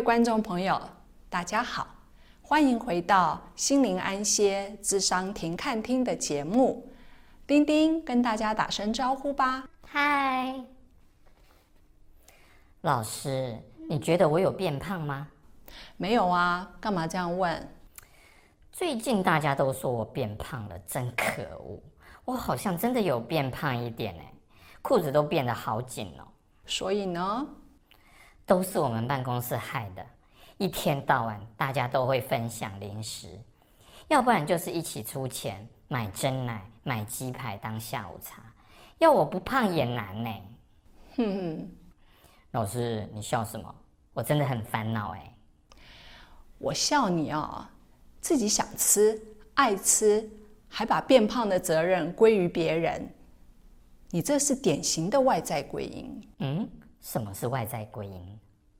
观众朋友，大家好，欢迎回到心灵安歇諮商停看听的节目。丁丁跟大家打声招呼吧。 嗨，老师，你觉得我有变胖吗？ 没有啊，干嘛这样问？ 最近大家都说我变胖了，真可恶！我好像真的有变胖一点哎，裤子都变得好紧哦。 所以呢？ 都是我们办公室害的，一天到晚大家都会分享零食，要不然就是一起出钱买珍奶、买鸡排当下午茶，要我不胖也难呢。老师，你笑什么？我真的很烦恼哎。 我笑你啊，自己想吃、爱吃，还把变胖的责任归于别人，你这是典型的外在归因。 什么是外在归因？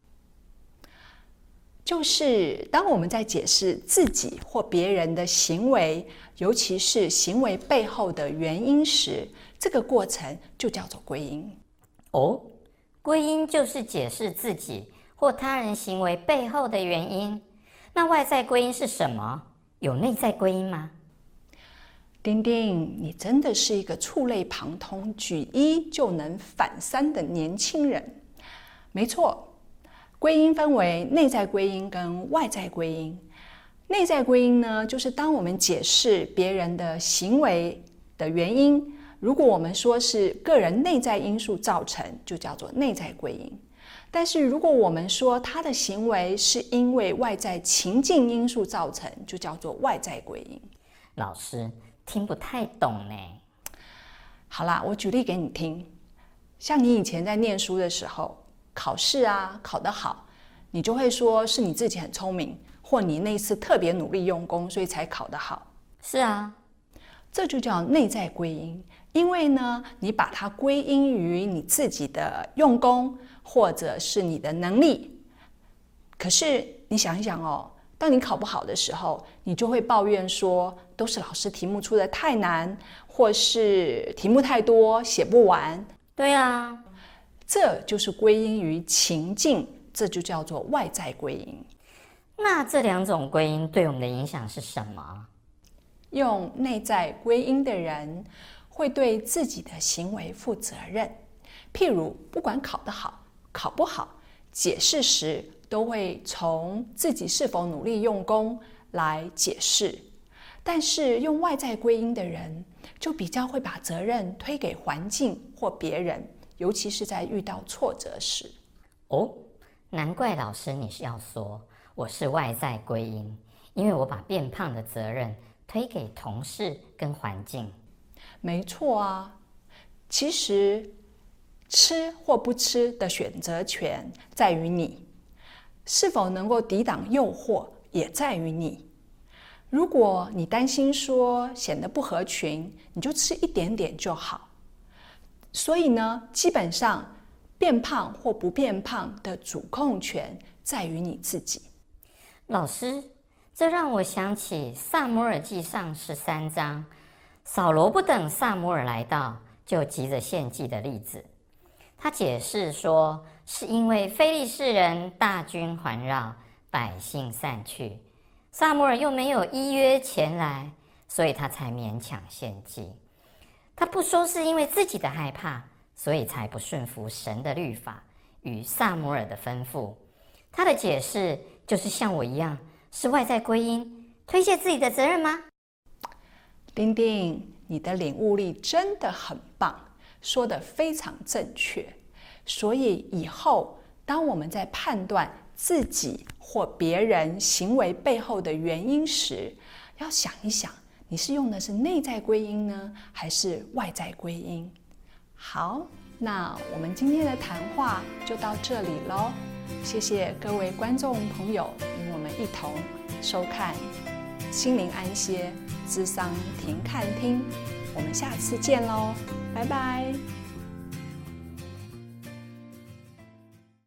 就是当我们在解释自己或别人的行为，尤其是行为背后的原因时，这个过程就叫做归因。 归因就是解释自己或他人行为背后的原因。那外在归因是什么？有内在归因吗？ 丁丁，你真的是一个触类旁通、举一就能反三的年轻人。没错，归因分为内在归因跟外在归因。内在归因呢，就是当我们解释别人的行为的原因，如果我们说是个人内在因素造成，就叫做内在归因。但是如果我们说他的行为是因为外在情境因素造成，就叫做外在归因。 老师，听不太懂呢。 好啦，我举例给你听。像你以前在念书的时候，考试啊考得好，你就会说是你自己很聪明，或你那次特别努力用功，所以才考得好。 是啊， 这就叫内在归因。因为呢，你把它归因于你自己的用功，或者是你的能力。可是你想一想哦，当你考不好的时候，你就会抱怨说，都是老师题目出得太难，或是题目太多，写不完。 对啊， 这就是归因于情境，这就叫做外在归因。 那这两种归因对我们的影响是什么？ 用内在归因的人会对自己的行为负责任，譬如不管考得好考不好，解释时都会从自己是否努力用功来解释。但是用外在归因的人就比较会把责任推给环境或别人，尤其是在遇到挫折时。 难怪老师你是要说我是外在归因，因为我把变胖的责任推给同事跟环境。 没错啊，其实吃或不吃的选择权在于你，是否能够抵挡诱惑也在于你。如果你担心说显得不合群，你就吃一点点就好。所以呢，基本上变胖或不变胖的主控权在于你自己。 老师，这让我想起撒母耳记上13章，扫罗不等撒母耳来到，就急着献祭的例子。他解释说，是因为非利士人大军环绕，百姓散去，撒母耳又没有依约前来，所以他才勉强献祭。他不说是因为自己的害怕，所以才不顺服神的律法与撒母耳的吩咐。他的解释就是像我一样，是外在归因，推卸自己的责任吗？ 丁丁，你的领悟力真的很棒，说得非常正确。所以以后当我们在判断自己或别人行为背后的原因时，要想一想，你是用的是内在归因呢，还是外在归因？好，那我们今天的谈话就到这里咯。谢谢各位观众朋友与我们一同收看心灵安歇諮商停看听，我们下次见咯，拜拜。